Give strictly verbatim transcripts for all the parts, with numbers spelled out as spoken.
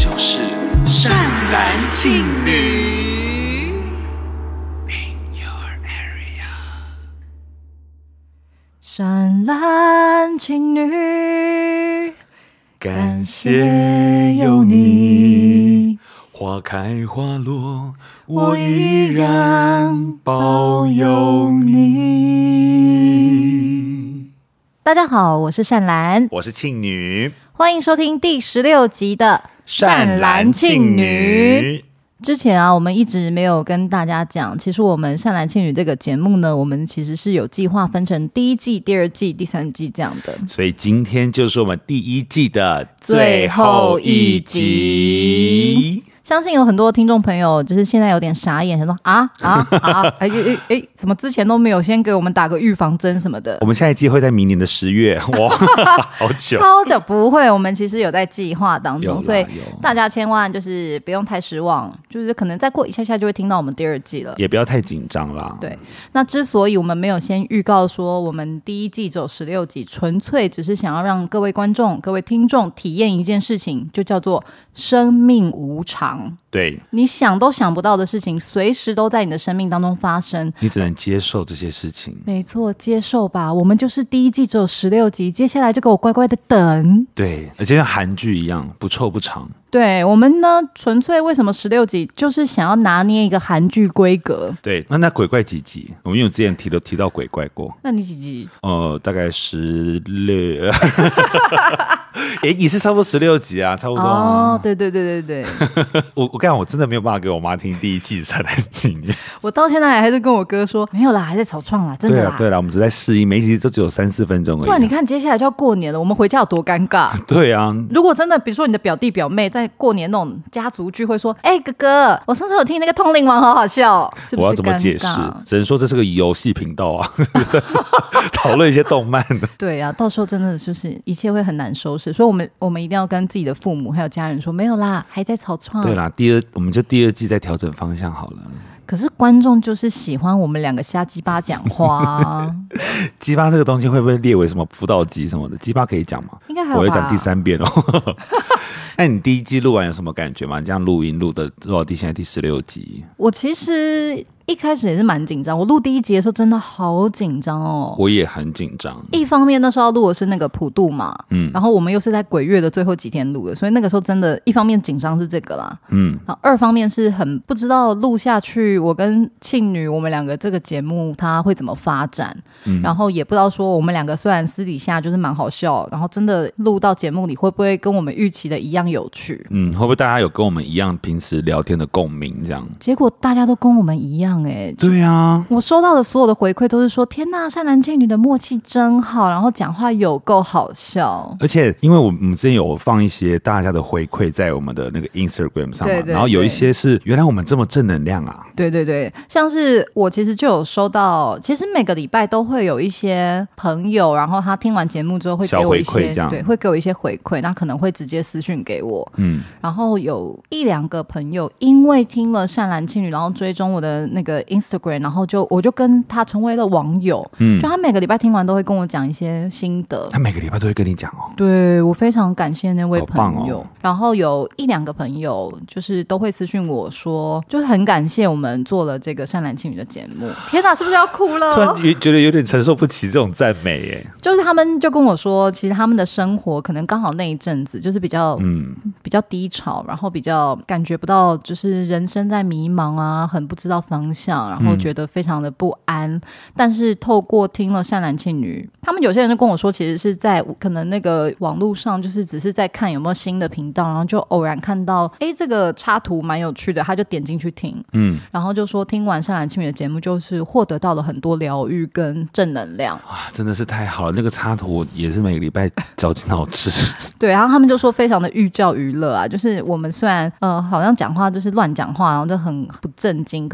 就是善男信女。 In your area。 善男信女， 感谢有你，花开花落，我依然保有你。 大家好，我是善兰， 我是庆女， 欢迎收听第十六集的善兰庆女。之前啊，我们一直没有跟大家讲，其实我们善兰庆女这个节目呢，我们其实是有计划分成第一季、第二季、第三季这样的。 所以今天就是我们第一季的最后一集。 相信有很多听众朋友就是现在有点傻眼，想说啊啊啊，哎哎哎，怎么之前都没有先给我们打个预防针什么的？ 我们下一季会在明年的十月，哇，好久， 超久。不会，我们其实有在计划当中，所以大家千万就是不用太失望，就是可能再过一下下就会听到我们第二季了， 也不要太紧张啦。 对，那之所以我们没有先预告说我们第一季只有十六集，纯粹只是想要让各位观众、各位听众体验一件事情，就叫做生命无常。 对， 你想都想不到的事情随时都在你的生命当中发生， 你只能接受这些事情。 没错，接受吧。我们就是第一季只有十六集，接下来就给我乖乖的等。 对，而且像韩剧一样不臭不长。 对，我们呢纯粹为什么十六集就是想要拿捏一个韩剧规格。 对，那那鬼怪几集？我们有之前提到提到鬼怪过。 那你几集？ 呃，大概十六，也也是差不多十六集啊，差不多、啊。 哦，对对对对对。 我我跟你讲，我真的没有办法给我妈听第一季的《善男信女》。 我到现在还是跟我哥说没有啦，还在草创啦，真的啦。 对啊，对啦，我们只在试音，每一集都只有三四分钟而已、啊。 不然你看，接下来就要过年了，我们回家有多尴尬？ 对啊， 如果真的，比如说你的表弟表妹在过年那种家族聚会说，哎、欸，哥哥，我上次有听那个通灵王，好好笑，是不是？ 我要怎么解释？只能说这是个游戏频道啊，讨论一些动漫的。 对啊，到时候真的就是一切会很难收拾，所以我们我们一定要跟自己的父母还有家人说，没有啦，还在草创。 对啦，第二我们就第二季再调整方向好了。 可是观众就是喜欢我们两个瞎鸡巴讲话、啊。 鸡巴这个东西会不会列为什么辅导集什么的？鸡巴可以讲吗？ 应该还有吧。 我会讲第三遍哦。那你第一季录完有什么感觉吗？你这样录音录的录到第现在第十六集， 我其实一开始也是蛮紧张，我录第一集的时候真的好紧张哦。 我也很紧张。 一方面那时候要录的是那个普渡嘛，嗯，然后我们又是在鬼月的最后几天录的，所以那个时候真的，一方面紧张是这个啦，嗯，然后二方面是很不知道录下去，我跟庆女我们两个这个节目它会怎么发展，嗯，然后也不知道说我们两个虽然私底下就是蛮好笑，然后真的录到节目里会不会跟我们预期的一样有趣， 嗯，会不会大家有跟我们一样平时聊天的共鸣这样？ 结果大家都跟我们一样。欸、 对啊， 我收到的所有的回馈都是说，天哪，善男信女的默契真好，然后讲话有够好笑。 而且因为我们之前有放一些大家的回馈在我们的那个 Instagram 上嘛，对对对，然后有一些是原来我们这么正能量啊。 对对对，像是我其实就有收到，其实每个礼拜都会有一些朋友，然后他听完节目之后会给我一些，对，会给我一些回馈，那可能会直接私讯给我。嗯，然后有一两个朋友因为听了善男信女，然后追踪我的那个 Instagram， 然后就我就跟他成为了网友，嗯，就他每个礼拜听完都会跟我讲一些心得， 他每个礼拜都会跟你讲哦。 对，我非常感谢那位朋友、 哦、 然后有一两个朋友就是都会私讯我说，就是很感谢我们做了这个善男信女的节目。天哪，是不是要哭了？ 突然觉得有点承受不起这种赞美耶。 就是他们就跟我说，其实他们的生活可能刚好那一阵子就是比较嗯比较低潮，然后比较感觉不到就是人生在迷茫啊，很不知道方向，然后觉得非常的不安、嗯、但是透过听了善男信女，他们有些人就跟我说，其实是在可能那个网络上就是只是在看有没有新的频道，然后就偶然看到哎这个插图蛮有趣的，他就点进去听，嗯，然后就说听完善男信女的节目就是获得到了很多疗愈跟正能量。 哇，真的是太好了，那个插图也是每个礼拜绞尽脑汁。 对，然后他们就说非常的寓教于乐啊，就是我们虽然呃好像讲话就是乱讲话，然后就很不正经，可是其实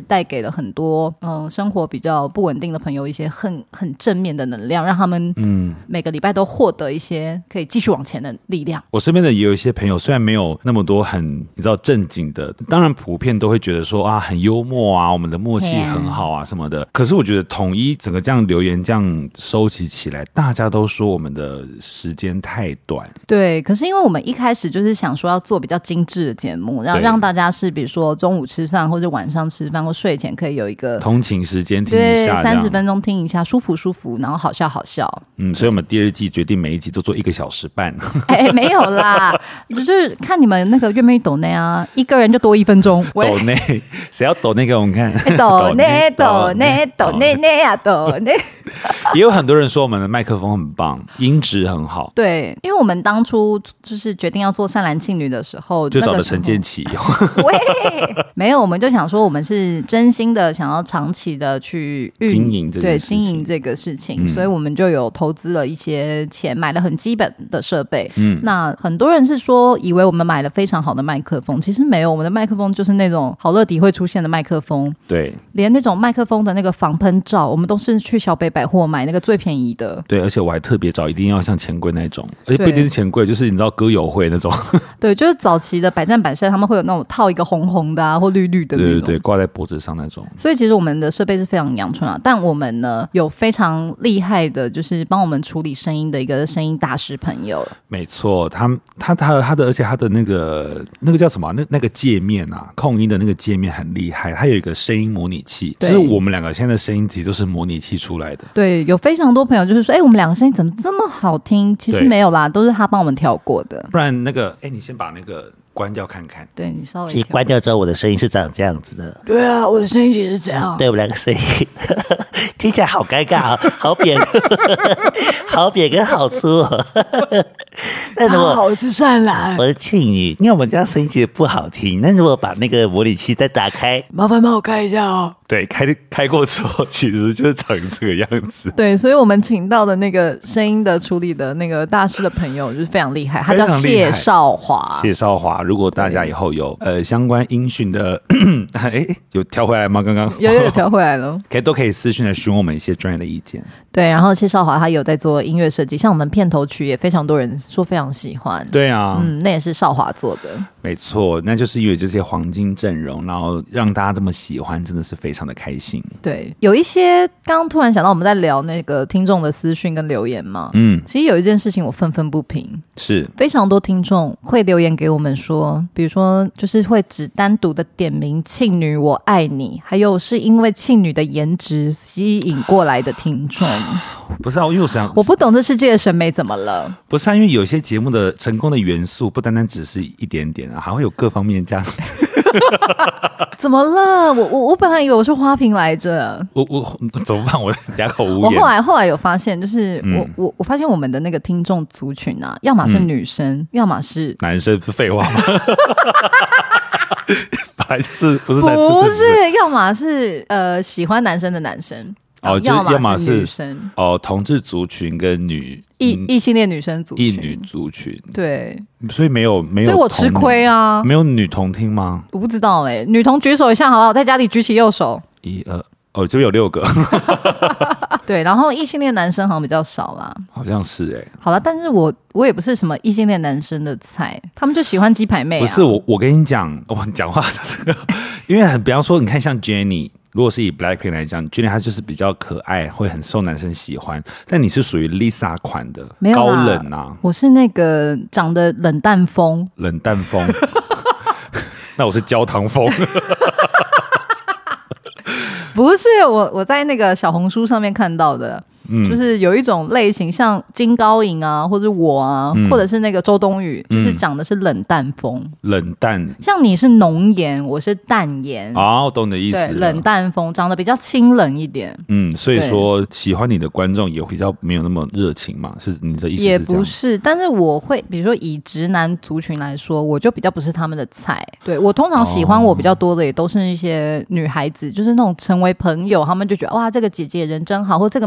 带给了很多嗯、呃、生活比较不稳定的朋友一些很很正面的能量，让他们嗯每个礼拜都获得一些可以继续往前的力量。 我身边的也有一些朋友，虽然没有那么多很你知道正经的，当然普遍都会觉得说啊很幽默啊，我们的默契很好啊什么的。可是我觉得统一整个这样留言这样收集起来，大家都说我们的时间太短。 对，可是因为我们一开始就是想说要做比较精致的节目，然后让大家是比如说中午吃饭或者晚上吃饭或睡前可以有一个通勤时间听一下， 对，三十分钟听一下，舒服舒服，然后好笑好笑。 嗯，所以我们第二季决定每一集都做一个小时半。 哎、欸，没有啦，就是看你们那个愿不愿意抖内啊，一个人就多一分钟。 抖内，谁要抖内给我们看？ 抖内抖内抖内内啊抖内。 也有很多人说我们的麦克风很棒，音质很好。 对，因为我们当初就是决定要做善男信女的时候， 就找了陈建奇。 喂，没有，我们就想说我们是真心的想要长期的去经营这对经营这个事情、嗯，所以我们就有投资了一些钱，买了很基本的设备。嗯，那很多人是说以为我们买了非常好的麦克风，其实没有，我们的麦克风就是那种好乐迪会出现的麦克风。 对， 连那种麦克风的那个防喷罩，我们都是去小北百货买那个最便宜的。 对，而且我还特别找一定要像钱柜那种，而且不一定是钱柜，就是你知道歌友会那种。对， 就是早期的百战百胜，他们会有那种套一个红红的啊，或绿绿的那种， 对对对，挂在脖子上那种。 所以其实我们的设备是非常阳春啊，但我们呢有非常厉害的，就是帮我们处理声音的一个声音大师朋友。 没错，他他他他的，而且他的那个那个叫什么？那那个界面啊，控音的那个界面很厉害，他有一个声音模拟器，就是我们两个现在的声音其实都是模拟器出来的。 对，有非常多朋友就是说，哎、欸，我们两个声音怎么这么好听？其实没有啦，都是他帮我们调过的。 不然那个，哎、欸，你先把那个关掉看看。 对，你稍微其实关掉之后，我的声音是长这样子的。 对啊，我的声音其实是这样。 对，我们两个声音听起来好尴尬，好扁，好扁跟好粗、哦。但如果好，我是善兰， 我是庆女，因为我们这样声音其实不好听。那如果把那个模拟器再打开， 麻烦帮我开一下哦。 对，开开过之后，其实就是长这个样子。 对，所以我们请到的那个声音的处理的那个大师的朋友就是非常厉害，他叫谢少华。 谢少华，如果大家以后有呃相关音讯的，哎，有调回来吗？刚刚有有调回来了， 可以都可以私讯来询问我们一些专业的意见。 对，然后谢少华他有在做音乐设计，像我们片头曲也非常多人说非常喜欢。 对啊， 嗯，那也是少华做的。 没错，那就是因为这些黄金阵容，然后让大家这么喜欢，真的是非常的开心。 对，有一些刚刚突然想到我们在聊那个听众的私讯跟留言嘛，嗯，其实有一件事情我愤愤不平， 是非常多听众会留言给我们说，比如说就是会只单独的点名庆女我爱你，还有是因为庆女的颜值吸引过来的听众。 不是啊，因为我想我不懂这世界的审美怎么了。 不是啊，因为有些节目的成功的元素不单单只是一点点啊，还会有各方面这样子。 怎么了？我我我本来以为我是花瓶来着。 我我怎么办？我哑口无言。 我后来后来有发现，就是我、嗯、我我发现我们的那个听众族群啊，要么是女生，嗯、要么是男生，是废话吗？本来就是不是男生不是，要么是呃喜欢男生的男生。 哦，就要么是女生哦，同志族群跟女异异性恋女生族群， 异女族群， 对， 所以没有没有， 所以我吃亏啊， 没有女同听吗？ 我不知道哎、欸，女同举手一下好不好？在家里举起右手， 一二哦，这边有六个， 对，然后异性恋男生好像比较少啦， 好像是哎、欸， 好了，但是我我也不是什么异性恋男生的菜，他们就喜欢鸡排妹、啊， 不是我，我跟你讲，我讲话这个，因为比方说，你看像 Jennie。如果是以 Blackpink 来讲 Jennie 她就是比较可爱，会很受男生喜欢。但你是属于 Lisa 款的，高冷啊！ 我是那个长得冷淡风， 冷淡风。那我是焦糖风。 不是我，我在那个小红书上面看到的。嗯、就是有一种类型，像金高银啊，或者我啊、嗯，或者是那个周冬雨，就是长的是冷淡风， 冷淡。 像你是浓颜，我是淡颜。 哦，我懂你的意思。 对，冷淡风，长得比较清冷一点。 嗯，所以说喜欢你的观众也比较没有那么热情嘛，是你的意思是这样？ 也不是，但是我会，比如说以直男族群来说，我就比较不是他们的菜。对，我通常喜欢我比较多的也都是一些女孩子，就是那种成为朋友，他们就觉得哇，这个姐姐人真好，或这个妹妹真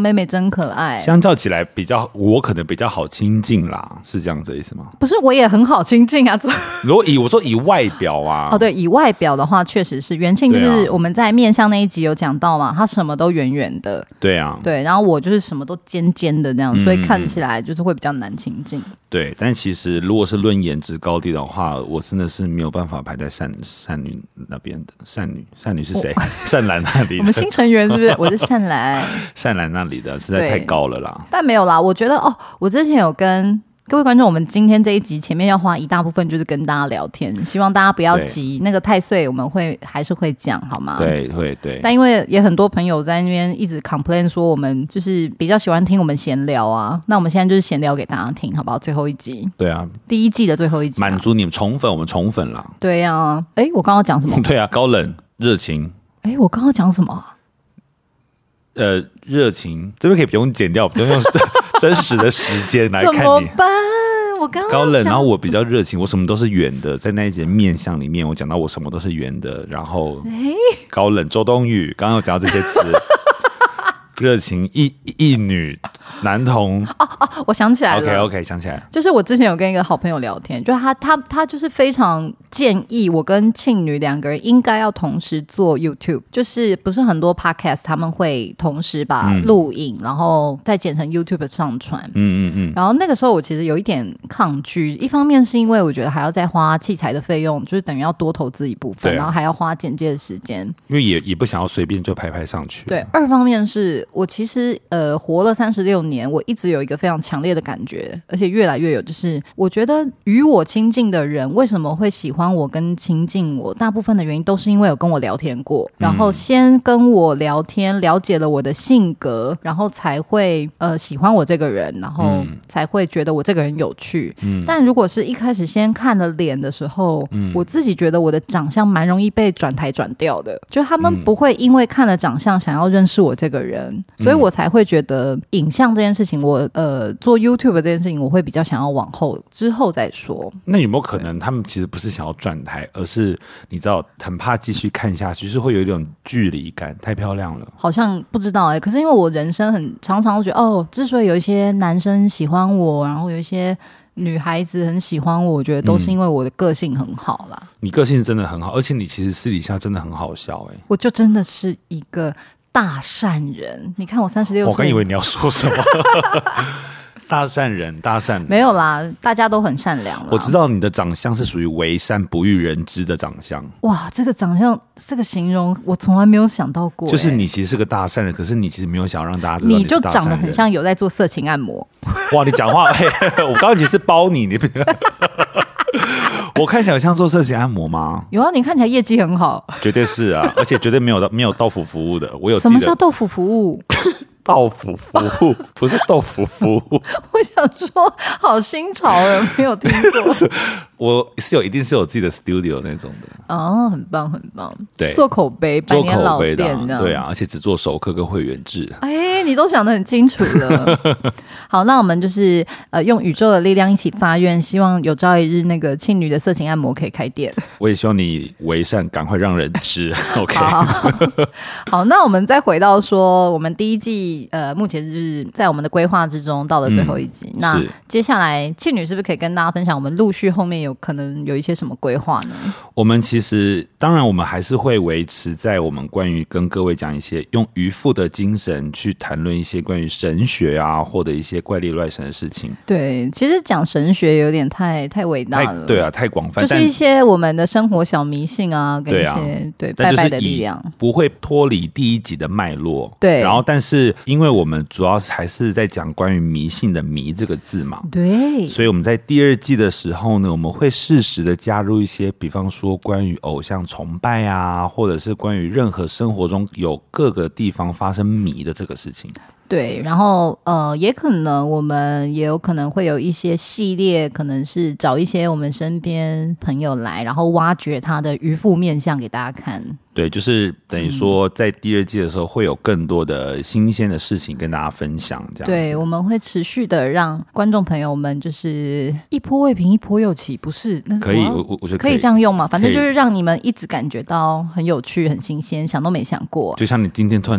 很可爱。 相较起来比较，我可能比较好亲近啦，是这样子的意思吗？ 不是，我也很好亲近啊。 如果以我说以外表啊， 哦对，以外表的话，确实是元庆就是我们在面相那一集有讲到嘛，他什么都圆圆的， 对啊， 对，然后我就是什么都尖尖的那样，嗯、所以看起来就是会比较难亲近。 对，但其实如果是论颜值高低的话，我真的是没有办法排在善善女那边的。善女，善女是谁？善兰那里的。 我们新成员是不是？我是善兰。 善兰那里的实在太高了啦。 但没有啦，我觉得哦，我之前有跟各位观众，我们今天这一集前面要花一大部分就是跟大家聊天，希望大家不要急，那个太岁我们会还是会讲好吗？ 对，会对。 但因为也很多朋友在那边一直 complain 说我们就是比较喜欢听我们闲聊啊，那我们现在就是闲聊给大家听，好不好？最后一集， 对啊， 第一季的最后一集、啊， 满足你们宠粉，我们宠粉啦。 对啊，哎，我刚刚讲什么？ 对啊，高冷热情。 哎，我刚刚讲什么？ 呃，热情这边可以不用剪掉，不用用真实的时间来看你。 怎么办？我刚刚高冷，然后我比较热情，我什么都是圆的。在那一节面相里面，我讲到我什么都是圆的，然后高冷，周冬雨，刚刚有讲到这些词。热情一一女男童哦哦，我想起来了 ，OK OK， 想起来了， 就是我之前有跟一个好朋友聊天，就是他他他就是非常建议我跟庆女两个人应该要同时做 YouTube， 就是不是很多 Podcast 他们会同时把录影、嗯、然后再剪成 YouTube 上传，嗯嗯嗯，然后那个时候我其实有一点抗拒，一方面是因为我觉得还要再花器材的费用，就是等于要多投资一部分，啊、然后还要花剪接的时间， 因为也也不想要随便就拍拍上去， 对，二方面是我其实呃活了三十六年，我一直有一个非常强烈的感觉，而且越来越有，就是我觉得与我亲近的人为什么会喜欢我跟亲近我，大部分的原因都是因为有跟我聊天过，然后先跟我聊天，了解了我的性格，然后才会呃喜欢我这个人，然后才会觉得我这个人有趣。嗯，但如果是一开始先看了脸的时候，嗯，我自己觉得我的长相蛮容易被转台转掉的，就他们不会因为看了长相想要认识我这个人，嗯，所以我才会觉得影像这件事情，我呃做 YouTube 这件事情，我会比较想要往后之后再说。 那有没有可能他们其实不是想要转台，而是你知道很怕继续看下去，是会有一种距离感，太漂亮了？ 好像不知道哎、欸，可是因为我人生很常常都觉得，哦，之所以有一些男生喜欢我，然后有一些女孩子很喜欢我，我觉得都是因为我的个性很好啦。嗯， 你个性真的很好，而且你其实私底下真的很好笑哎、欸， 我就真的是一个大善人。你看我三十六岁， 我刚以为你要说什么。大善人，大善人没有啦，大家都很善良啦。 我知道你的长相是属于为善不欲人知的长相。 哇，这个长相，这个形容我从来没有想到过、欸。 就是你其实是个大善人，可是你其实没有想要让大家知道你是大善人。 你就长得很像有在做色情按摩。 哇，你讲话，欸、我刚刚其实是包你，你我看起来有像做色情按摩吗？ 有啊，你看起来业绩很好。 绝对是啊，而且绝对没有没有豆腐服务的。我有什么叫豆腐服务？ 豆腐服务不是豆腐服务。 我想说，好新潮人没有听过。 我是有一定是有自己的 studio 那种的。 哦，很棒很棒。 对， 做口碑，百年老店这样。 对啊，而且只做熟客跟会员制。 哎，你都想得很清楚了。好，那我们就是呃用宇宙的力量一起发愿，希望有朝一日那个庆女的色情按摩可以开店。 我也希望你为善，赶快让人知。OK 好。好, 好，那我们再回到说，我们第一季。呃，目前就是在我们的规划之中到了最后一集、嗯、那接下来庆女是不是可以跟大家分享我们陆续后面有可能有一些什么规划呢？ 我们其实当然我们还是会维持在我们关于跟各位讲一些用渔夫的精神去谈论一些关于神学啊或者一些怪力乱神的事情。 对，其实讲神学有点太太伟大了， 对啊，太广泛， 就是一些我们的生活小迷信啊跟一些 对,、啊、对拜拜的力量， 不会脱离第一集的脉络。 对， 然后但是因为我们主要还是在讲关于迷信的迷这个字嘛， 对， 所以我们在第二季的时候呢，我们会适时的加入一些比方说关于偶像崇拜啊，或者是关于任何生活中有各个地方发生迷的这个事情。 对，然后呃，也可能我们也有可能会有一些系列，可能是找一些我们身边朋友来，然后挖掘他的渔夫面相给大家看。 对，就是等于说在第二季的时候会有更多的新鲜的事情跟大家分享这样子。 对，我们会持续的让观众朋友们就是一波未平一波又起，不是？那是可以，我我觉得可以这样用嘛，反正就是让你们一直感觉到很有趣很新鲜，想都没想过。 就像你今天突然第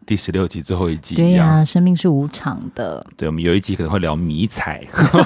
第十六集最后一集对一样。 呀、啊，生命是无常的。 对，我们有一集可能会聊迷彩，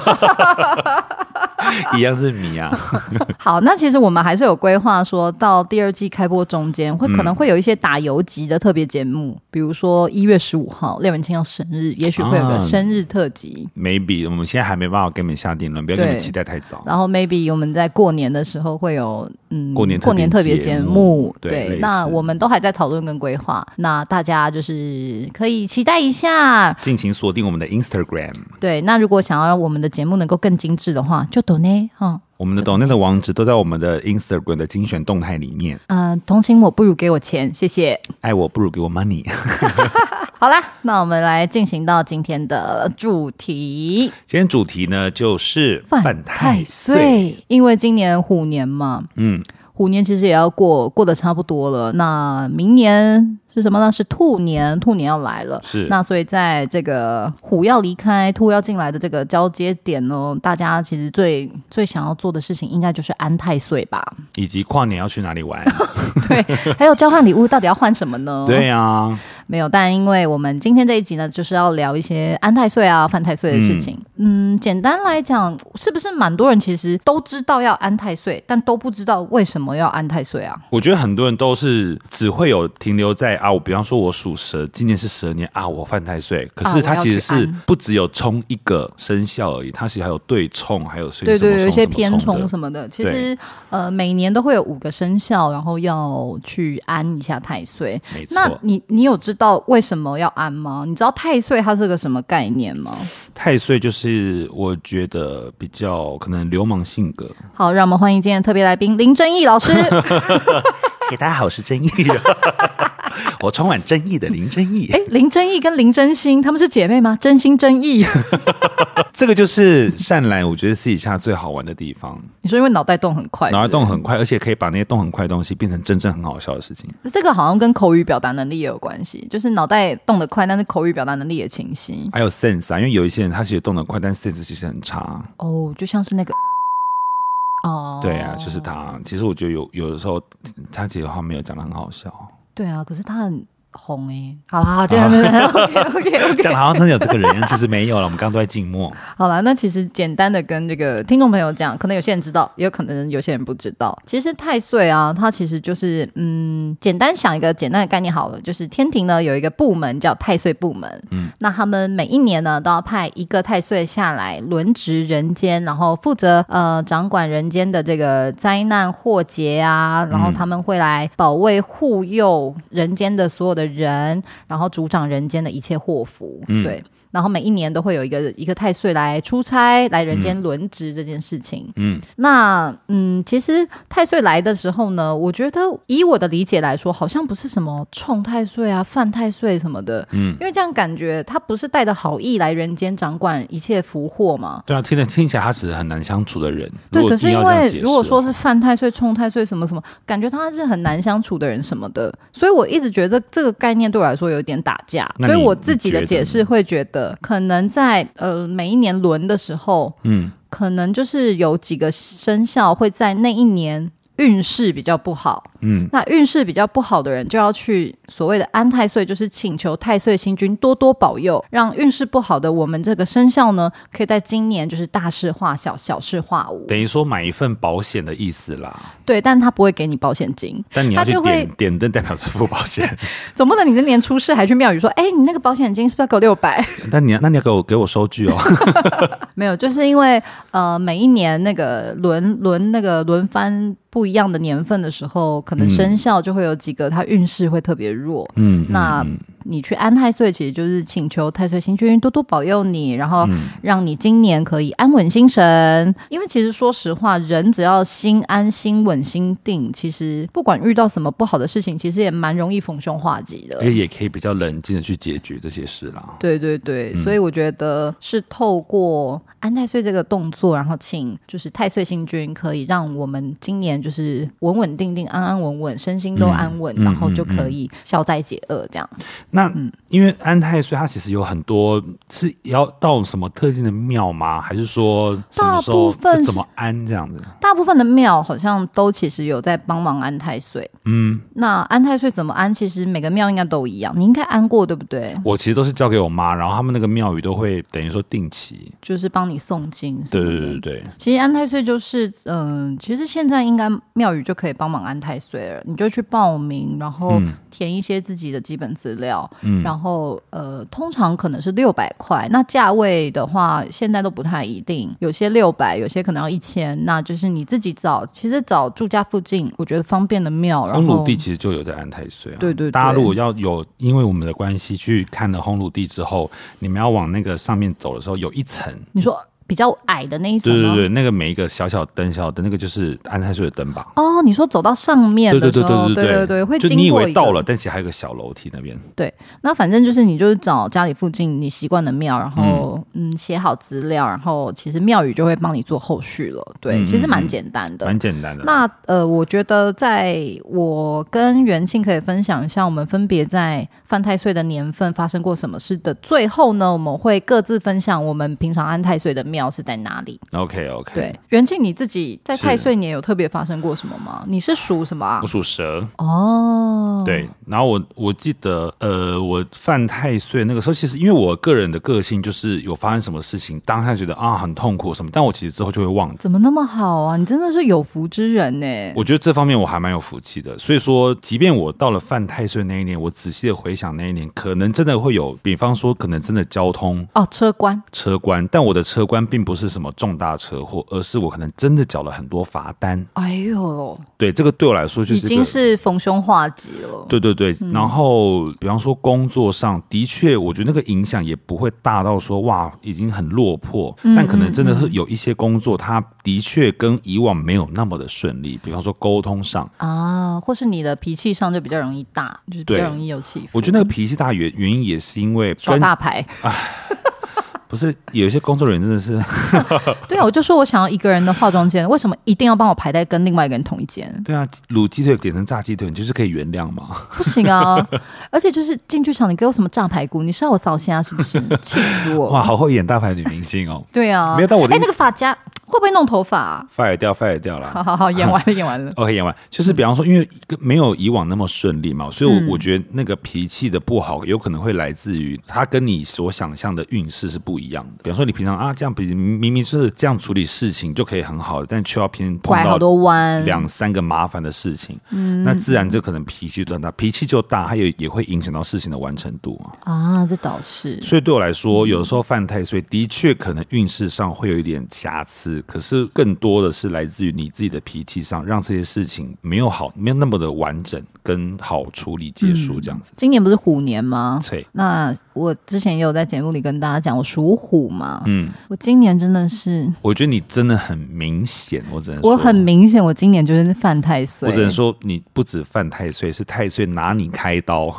一样是迷啊。 好，那其实我们还是有规划，说到第二季开播中间，会可能会有一些打游击的特别节目，嗯、比如说一月十五号廖文清要生日，也许会有个生日特辑。 啊、maybe 我们现在还没办法给你们下定论，不要给你们期待太早。 然后 maybe 我们在过年的时候会有嗯过年过年特别节目， 对， 对，那我们都还在讨论跟规划，那大家就是可以期待一下， 敬请锁定我们的 Instagram。 对，那如果想要我们的节目能够更精致的话，就抖内哈。 我们的抖内的网址都在我们的 Instagram 的精选动态里面。 嗯、呃，同情我不如给我钱，谢谢。 爱我不如给我 money。 好啦，那我们来进行到今天的主题。 今天主题呢就是犯太岁，因为今年虎年嘛，嗯，虎年其实也要过过得差不多了。那明年是什么呢？是兔年，兔年要来了。 是， 那所以在这个虎要离开、兔要进来的这个交接点呢，大家其实最最想要做的事情，应该就是安太岁吧， 以及跨年要去哪里玩？ 对，还有交换礼物，到底要换什么呢？ 对啊。 没有，但因为我们今天这一集呢，就是要聊一些安太岁啊、犯太岁的事情。嗯, 嗯，简单来讲，是不是蛮多人其实都知道要安太岁，但都不知道为什么要安太岁啊？ 我觉得很多人都是只会有停留在啊，我比方说我属蛇，今年是蛇年啊，我犯太岁。可是它其实是不只有冲一个生肖而已，它其实还有对冲，还有所以什么冲什么冲的， 对对，有一些偏冲什么的。其实呃，每年都会有五个生肖，然后要去安一下太岁。 没错。 那你你有知道为什么要安吗？你知道太岁它是个什么概念吗？ 太岁就是我觉得比较可能流氓性格。 好，让我们欢迎今天的特别来宾林真义老师。 嘿，大家好，我是真义。我充满真意的林真义。 哎，林真义跟林真心他们是姐妹吗？真心真意。 这个就是善兰，我觉得私底下最好玩的地方。 你说因为脑袋动很快， 脑袋动很快，而且可以把那些动很快的东西变成真正很好笑的事情。 这个好像跟口语表达能力也有关系，就是脑袋动得快，但是口语表达能力也清晰。 还有 sense 啊，因为有一些人他其实动得快，但 sense 其实很差。 哦，就像是那个。哦， 对啊，就是他。其实我觉得有有的时候他其实话没有讲得很好笑。 对啊，可是他很红哎、欸。好了，好，这样子 ，OK OK OK。 讲的好像真的有这个人，其实没有了。我们刚刚都在静默。 好了，那其实简单的跟这个听众朋友讲，可能有些人知道，也有可能有些人不知道。其实太岁啊，它其实就是嗯，简单想一个简单的概念好了，就是天庭呢有一个部门叫太岁部门，嗯，那他们每一年呢都要派一个太岁下来轮值人间，然后负责呃掌管人间的这个灾难祸劫啊，然后他们会来保卫护佑人间的所有的人，然后主掌人间的一切祸福，嗯、对。然后每一年都会有一个一个太岁来出差，来人间轮值这件事情。嗯，那嗯，其实太岁来的时候呢，我觉得以我的理解来说，好像不是什么冲太岁啊、犯太岁什么的。嗯，因为这样感觉他不是带着好意来人间掌管一切福祸嘛。 对啊，听着听起来他只是很难相处的人。 对，可是因为如果说是犯太岁、冲太岁什么什么，感觉他是很难相处的人什么的，所以我一直觉得这个概念对我来说有点打架。所以我自己的解释会觉得。可能在呃每一年轮的时候，嗯，可能就是有几个生肖会在那一年运势比较不好，嗯，那运势比较不好的人就要去所谓的安太岁，就是请求太岁星君多多保佑，让运势不好的我们这个生肖呢，可以在今年就是大事化小，小事化无， 等于说买一份保险的意思啦。 对，但他不会给你保险金， 但你要去点点灯，代表是付保险。 总不能你的年出事还去庙宇说，哎、欸，你那个保险金是不是要给我六百？ 但你那你要给我给我收据哦。 没有，就是因为呃每一年那个轮轮那个轮番不一样的年份的时候，可能生肖就会有几个它运势会特别弱。嗯，那你去安太岁，其实就是请求太岁星君多多保佑你，然后让你今年可以安稳心神。因为其实说实话，人只要心安、心稳、心定，其实不管遇到什么不好的事情，其实也蛮容易逢凶化吉的， 而且也可以比较冷静的去解决这些事啦。 对对对，嗯、所以我觉得是透过安太岁这个动作，然后请就是太岁星君可以让我们今年就是稳稳定定、安安稳稳，身心都安稳，嗯、然后就可以消灾解厄这样。 那、嗯、因为安太岁它其实有很多是要到什么特定的庙吗？还是说什么时候怎么安这样子？ 大部分的庙好像都其实有在帮忙安太岁。嗯，那安太岁怎么安？其实每个庙应该都一样，你应该安过对不对？ 我其实都是交给我妈，然后他们那个庙宇都会等于说定期， 就是帮你诵经。 对对对对。 其实安太岁就是，嗯、呃，其实现在应该庙宇就可以帮忙安太岁了，你就去报名，然后填一些自己的基本资料，嗯，然后呃，通常可能是六百块，那价位的话，现在都不太一定，有些六百，有些可能要一千，那就是你自己找，其实找住家附近，我觉得方便的庙。 烘炉地其实就有在安太岁啊， 对对对， 大家如果要有，因为我们的关系去看了烘炉地之后，你们要往那个上面走的时候，有一层， 你说比较矮的那一层吗？ 对对对，那个每一个小小灯小灯，那个就是安太岁的灯吧？ 哦，你说走到上面的时候，对对对 对, 对, 对, 对会经过， 就你以为到了，但其实还有个小楼梯那边。 对，那反正就是你就是找家里附近你习惯的庙，然后嗯写、嗯、好资料，然后其实庙宇就会帮你做后续了。对，嗯、其实蛮简单的， 蛮简单的。 那呃，我觉得在我跟元庆可以分享一下，我们分别在犯太岁的年份发生过什么事的。最后呢，我们会各自分享我们平常安太岁的庙是在哪里。 OK OK， 对，元庆你自己在太岁年有特别发生过什么吗？你是属什么啊？ 我属蛇。 哦， 对，然后我我记得，呃，我犯太岁那个时候，其实因为我个人的个性就是有发生什么事情，当下觉得啊很痛苦什么，但我其实之后就会忘记。 怎么那么好啊？你真的是有福之人呢。 我觉得这方面我还蛮有福气的，所以说，即便我到了犯太岁那一年，我仔细的回想那一年，可能真的会有，比方说，可能真的交通哦，车关车关，但我的车关并不是什么重大车祸，而是我可能真的缴了很多罚单。 哎呦， 对，这个对我来说就是已经是逢凶化吉了。 对对对，嗯、然后比方说工作上的确，我觉得那个影响也不会大到说哇已经很落魄，嗯、但可能真的是有一些工作，它的确跟以往没有那么的顺利，比方说沟通上啊，或是你的脾气上就比较容易大，就是比较容易有起伏。 我觉得那个脾气大原原因也是因为耍大牌。 不是有一些工作人员真的是对啊，我就说我想要一个人的化妆间，为什么一定要帮我排在跟另外一个人同一间？ 对啊，卤鸡腿点成炸鸡腿，你就是可以原谅吗？不行啊！而且就是进剧场，你给我什么炸排骨？你是要我扫虾是不是？气死我！ 哇，好会演大牌女明星哦！ 对啊， 没有到我的。 哎，那个发夹会不会弄头发啊 ？fire 掉 fire 掉了。 好好好，演完了演完了。 OK， 演完。就是比方说，因为没有以往那么顺利嘛，所以我、嗯、我觉得那个脾气的不好，有可能会来自于他跟你所想象的运势是不一样的。比方说，你平常啊这样，明明是这样处理事情就可以很好，但却要偏碰到好多弯， 两三个麻烦的事情，嗯，那自然就可能脾气就大，脾气就大，它也也会影响到事情的完成度啊。 啊，这倒是。 所以对我来说，有的时候犯太岁的确可能运势上会有一点瑕疵，可是更多的是来自于你自己的脾气上，让这些事情没有好，没有那么的完整跟好处理结束这样子。 嗯、今年不是虎年吗？ 对。 那我之前也有在节目里跟大家讲，我属虎嘛。嗯，我今年真的是， 我觉得你真的很明显，我只能说， 我很明显，我今年就是犯太岁。 我只能说，你不止犯太岁，是太岁拿你开刀。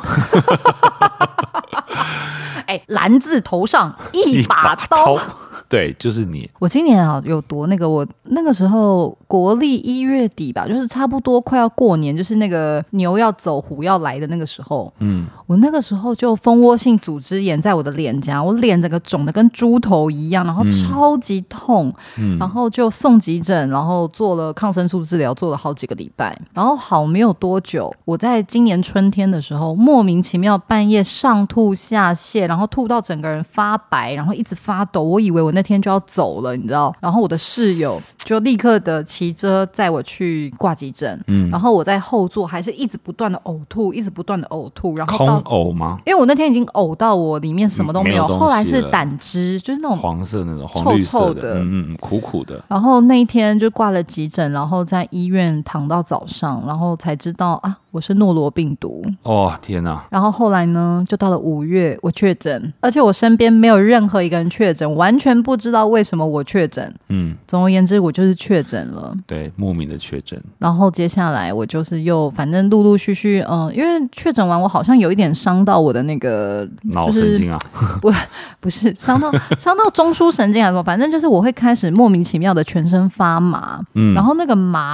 哎，蓝字头上一把刀。 一把刀对，就是你。 我今年啊有多那个，我那个时候国历一月底吧，就是差不多快要过年，就是那个牛要走虎要来的那个时候，嗯，我那个时候就蜂窝性组织炎在我的脸颊，我脸整个肿的跟猪头一样，然后超级痛，嗯，然后就送急诊，然后做了抗生素治疗，做了好几个礼拜，然后好没有多久，我在今年春天的时候莫名其妙半夜上吐下泻，然后吐到整个人发白，然后一直发抖，我以为我那天就要走了，你知道，然后我的室友就立刻的骑车载我去挂急诊，嗯，然后我在后座还是一直不断的嘔吐，一直不断的嘔吐，然后空呕吗？ 因为我那天已经呕到我里面什么都没有， 没有后来是胆汁，就是那种黄色那种黄绿色的， 臭臭的， 嗯嗯，苦苦的。 然后那一天就挂了急诊，然后在医院躺到早上，然后才知道啊，我是诺罗病毒。 哦，天哪！ 然后后来呢，就到了五月，我确诊，而且我身边没有任何一个人确诊，完全不知道为什么我确诊。嗯，总而言之，我就是确诊了。 对，莫名的确诊。 然后接下来我就是又反正陆陆续续，嗯、呃，因为确诊完，我好像有一点伤到我的那个脑神经啊， 不不是伤到伤到中枢神经还是什么，反正就是我会开始莫名其妙的全身发麻，嗯，然后那个麻有。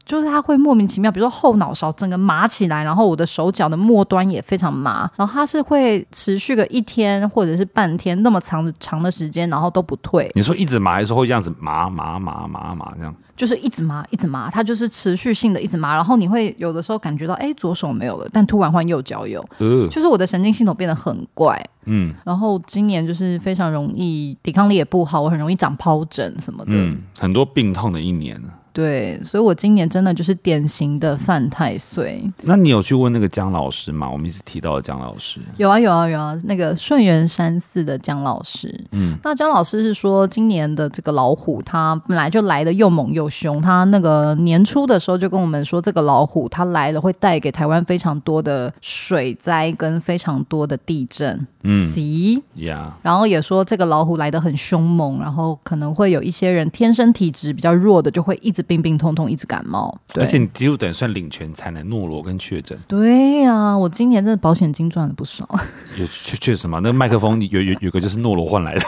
就是它会莫名其妙，比如说后脑勺整个麻起来，然后我的手脚的末端也非常麻，然后它是会持续个一天或者是半天那么长的长的时间，然后都不退。 你说一直麻还是会这样子麻麻麻麻麻这样？ 就是一直麻一直麻，它就是持续性的一直麻，然后你会有的时候感觉到哎左手没有了，但突然换右脚有、呃、就是我的神经系统变得很怪。嗯，然后今年就是非常容易抵抗力也不好，我很容易长疱疹什么的， 嗯，很多病痛的一年。 对，所以我今年真的就是典型的犯太岁。 那你有去问那个姜老师吗？我们一直提到的姜老师。 有啊有啊有啊，那个顺源山寺的姜老师。嗯，那姜老师是说今年的这个老虎它本来就来的又猛又凶，他那个年初的时候就跟我们说，这个老虎它来了会带给台湾非常多的水灾跟非常多的地震。嗯 ，C， yeah. 然后也说这个老虎来得很凶猛，然后可能会有一些人天生体质比较弱的，就会一直病病痛痛，一直感冒。 而且你几乎等于算领全餐的诺罗跟确诊。 对呀、啊，我今年真的保险金赚了不少。 有确确实嘛？那个麦克风有有有个就是诺罗换来的。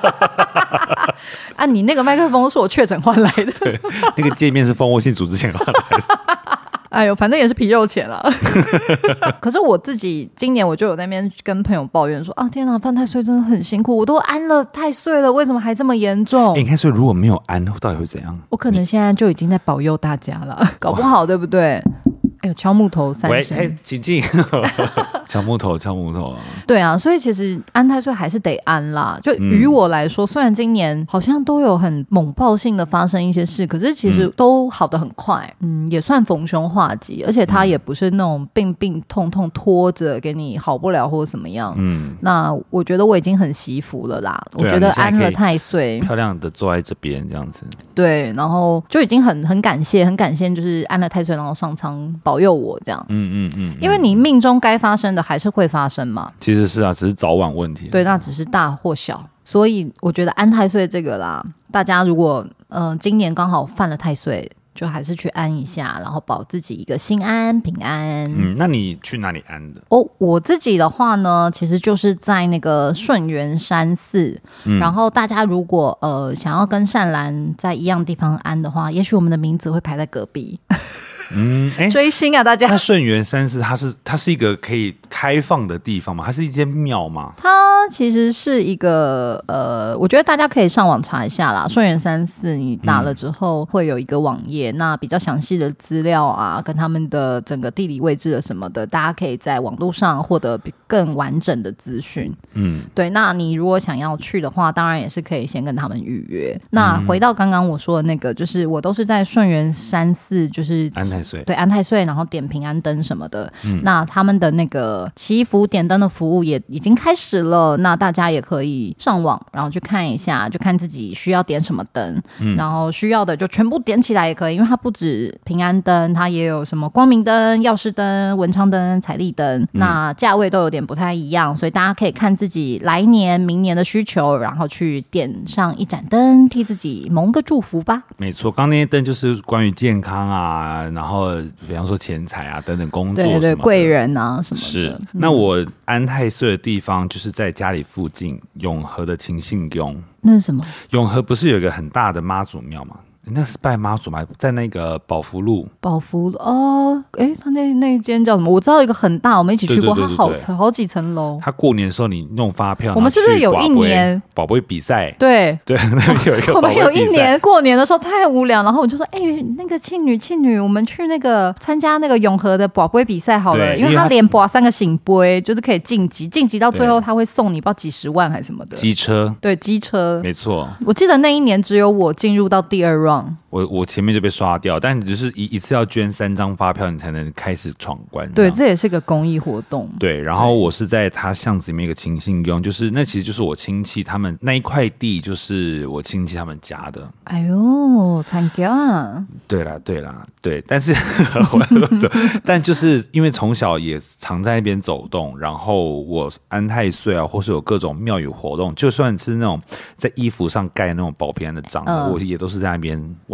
啊，你那个麦克风是我确诊换来的。 对，那个界面是蜂窝性组织腺换来的。 哎呦，反正也是皮肉钱啦。可是我自己今年我就有在那边跟朋友抱怨说啊，天哪，犯太岁真的很辛苦，我都安了太岁了，为什么还这么严重？ 欸、你看，所以如果没有安，到底会怎样？ 我可能现在就已经在保佑大家了，搞不好对不对？哎呦，敲木头三声， 喂，请进。敲木头，敲木头啊！ 对啊，所以其实安太岁还是得安啦。就于我来说、嗯，虽然今年好像都有很猛爆性的发生一些事，可是其实都好得很快，嗯，也算逢凶化吉，而且它也不是那种病病痛痛拖着给你好不了或者怎么样。嗯，那我觉得我已经很惜福了啦。我觉得安了太岁， 漂亮的坐在这边这样子。 对，然后就已经很很感谢，很感谢，就是安了太岁，然后上苍保佑我这样。嗯嗯嗯，因为你命中该发生的还是会发生嘛。 其实是啊，只是早晚问题。 对，那只是大或小。所以我觉得安太岁这个啦，大家如果呃今年刚好犯了太岁，就还是去安一下，然后保自己一个心安平安。 嗯，那你去哪里安的？ 哦，我自己的话呢，其实就是在那个顺源山寺。嗯、然后大家如果呃想要跟善兰在一样地方安的话，也许我们的名字会排在隔壁。嗯，哎，追星啊，大家。 那顺源山寺它是它是一个可以开放的地方吗？它是一间庙吗？ 它其实是一个呃，我觉得大家可以上网查一下啦。顺源山寺你打了之后会有一个网页，嗯、那比较详细的资料啊，跟他们的整个地理位置的什么的，大家可以在网络上获得更完整的资讯。嗯，对。那你如果想要去的话，当然也是可以先跟他们预约。那回到刚刚我说的那个，就是我都是在顺源山寺，就是安太岁， 对，安太岁，然后点平安灯什么的。嗯，那他们的那个祈福点灯的服务也已经开始了，那大家也可以上网，然后去看一下，就看自己需要点什么灯，嗯，然后需要的就全部点起来也可以，因为它不止平安灯，它也有什么光明灯、药师灯、文昌灯、彩丽灯，嗯，那价位都有点不太一样，所以大家可以看自己来年、明年的需求，然后去点上一盏灯，替自己蒙个祝福吧。 没错，刚那些灯就是关于健康啊，然后比方说钱财啊等等工作什么的， 对对，贵人啊什么的。 是，嗯、那我安太岁的地方就是在家里附近永和的勤信宫。 那是什么？ 永和不是有一个很大的妈祖庙吗？那是拜妈祖吗？在那个宝福路。 宝福路哦，哎，他那那一间叫什么？我知道一个很大，我们一起去过， 对对对对对， 它好层好几层楼。 他过年的时候，你弄发票， 我们是不是有一年宝贝比赛？ 对对，那有一个我们有一年过年的时候太无聊，然后我就说，哎，那个庆女庆女，我们去那个参加那个永和的宝贝比赛好了，因为他连拔三个醒杯，就是可以晋级，晋级到最后他会送你不知道几十万还是什么的机车， 对机车， 没错。 我记得那一年只有我进入到第二 round。 我我前面就被刷掉，但只是一一次要捐三张发票，你才能开始闯关。 对，这也是个公益活动。 对，然后我是在他巷子里面一个勤信宫，就是那其实就是我亲戚他们那一块地，就是我亲戚他们家的。 哎呦，惨叫啊！ 对啦，对啦，对，但是但就是因为从小也常在那边走动，然后我安太岁啊，或是有各种庙宇活动，就算是那种在衣服上盖那种保平安的章的，嗯、我也都是在那边完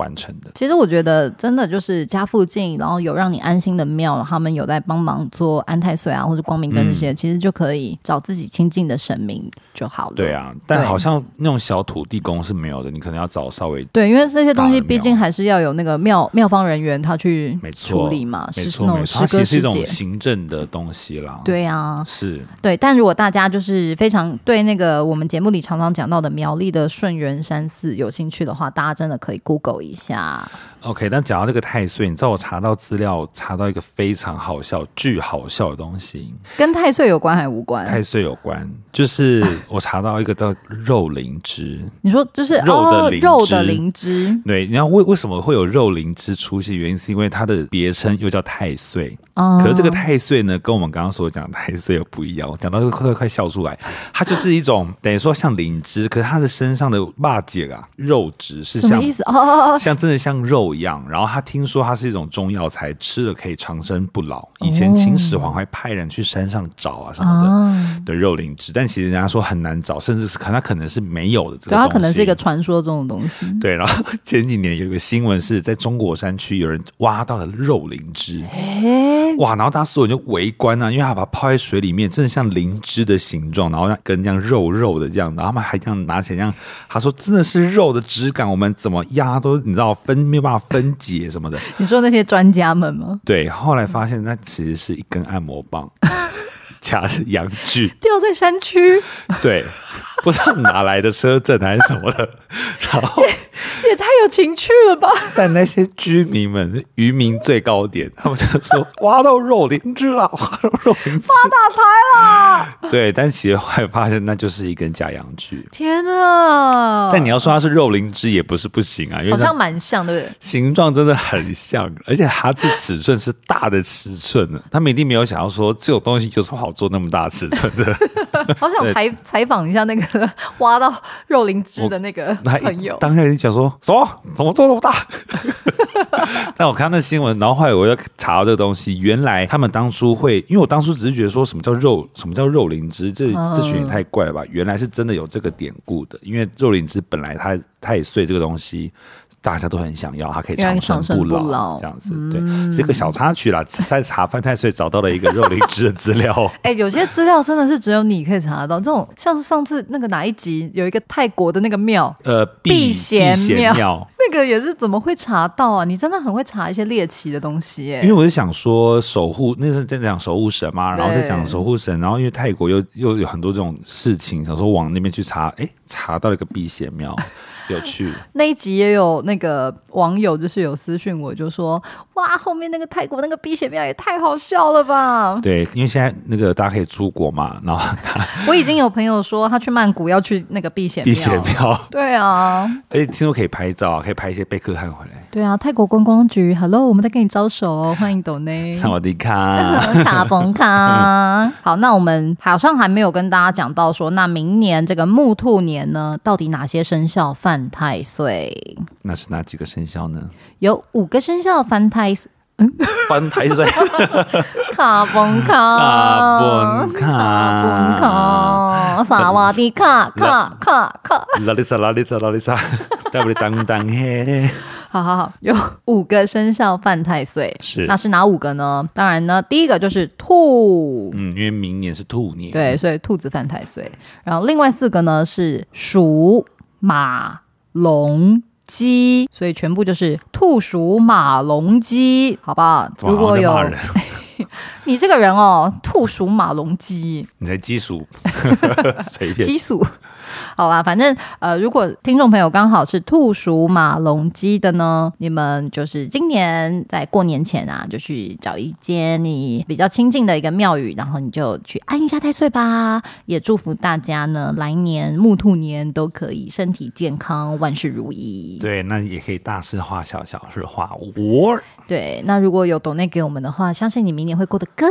完成的。 其实我觉得真的就是家附近，然后有让你安心的庙，他们有在帮忙做安太岁啊，或者光明灯这些、嗯，其实就可以找自己亲近的神明就好了。 对啊，但好像那种小土地公是没有的，你可能要找稍微对，因为这些东西毕竟还是要有那个庙庙方人员他去处理嘛， 没错， 是那种师哥师姐，它其实是一种行政的东西啦。 对啊， 是， 对。但如果大家就是非常对那个我们节目里常常讲到的苗栗的顺源山寺有兴趣的话，大家真的可以 Google 一下。 OK， 但讲到这个太岁，你知道我查到资料，查到一个非常好笑、巨好笑的东西， 跟太岁有关还无关？ 太岁有关，就是我查到一个叫肉灵芝。 你说就是肉的灵芝、 哦、肉的灵芝， 对，你知道为为什么会有肉灵芝出现？原因是因为它的别称又叫太岁。 哦、 可是这个太岁呢，跟我们刚刚所讲的太岁又不一样。我讲到这个快快笑出来，它就是一种等于说像灵芝，可是它的身上的肉结啊，肉质是像什么意思？哦， 像真的像肉一样。然后他听说它是一种中药材，吃了可以长生不老。以前秦始皇会派人去山上找啊什么的、哦、的肉灵芝，但其实人家说很难找，甚至是可能它可能是没有的这个东西。 对，它可能是一个传说中的东西。 对，然后前几年有一个新闻是在中国山区有人挖到了肉灵芝，哇！然后大家所有人就围观啊，因为他把它泡在水里面，真的像灵芝的形状，然后跟这样肉肉的这样，然后他们还这样拿起来这样，他说真的是肉的质感，我们怎么压都你知道分没有办法分解什么的。 你说那些专家们吗？ 对，后来发现那其实是一根按摩棒夹着阳具掉在山区， 对，不知道哪来的车震还是什么的，然后也, 也太有情趣了吧。 但那些居民们渔民最高点，他们就说挖到肉灵芝了，挖到肉灵芝发大财了。 对，但其实后来发现那就是一根假阳具。 天啊！ 但你要说它是肉灵芝也不是不行啊，因为好像蛮像，对不对？ 形状真的很像，而且它这尺寸是大的尺寸的，他们一定没有想要说这种东西有什么好做那么大尺寸的。 好想采采访一下那个挖到肉灵芝的那个朋友。 当下就讲说什么怎么做那么大？但我看那新闻，然后后来我又查到这个东西，原来他们当初会，因为我当初只是觉得说什么叫肉，什么叫肉灵芝，这这群也太怪了吧？原来是真的有这个典故的，因为肉灵芝本来它它也碎这个东西。大家都很想要，它可以长生不 老, 不老这样子，对，是一个小插曲啦。在查犯太岁找到了一个肉灵芝的资料， 哎、欸，有些资料真的是只有你可以查得到。这种像是上次那个哪一集有一个泰国的那个庙， 呃，避邪庙， 那个也是怎么会查到啊？你真的很会查一些猎奇的东西耶、欸。 因为我是想说守护，那是在讲守护神嘛，然后再讲守护神，然后因为泰国又又有很多这种事情，想说往那边去查，哎、欸，查到了一个避邪庙。有趣， 那一集也有那个网友就是有私讯我，就说哇，后面那个泰国那个避邪庙也太好笑了吧？ 对，因为现在那个大家可以出国嘛，然后他我已经有朋友说他去曼谷要去那个避邪庙， 避邪庙，对啊， 而且听说可以拍照，可以拍一些贝克汉回来。 对啊，泰国观光局 ，Hello， 我们在跟你招手哦，欢迎斗内， 萨瓦迪卡， 卡崩卡。好，那我们好像还没有跟大家讲到说，那明年这个木兔年呢，到底哪些生肖犯太岁？ 那是哪几个生肖呢？ 有五个生肖犯太岁。 嗯，犯太岁， 卡崩卡， 卡崩卡， 卡崩卡，萨瓦迪卡，卡卡卡， 拉里萨拉里萨拉里萨，带不里当当嘿。 好好好，有五个生肖犯太岁， 是那是哪五个呢？当然呢，第一个就是兔， 嗯，因为明年是兔年， 对，所以兔子犯太岁。然后另外四个呢是鼠、马、龙。鸡，所以全部就是兔鼠马龙鸡，好不好？如果有你这个人哦，兔鼠马龙鸡， 你才鸡鼠，随便鸡鼠。好啦，反正呃，如果听众朋友刚好是兔鼠马龙鸡的呢，你们就是今年在过年前啊，就去找一间你比较亲近的一个庙宇，然后你就去安一下太岁吧。也祝福大家呢，来年木兔年都可以身体健康，万事如意。 对，那也可以大事化小，小事化无。 对，那如果有抖内给我们的话，相信你明年会过得更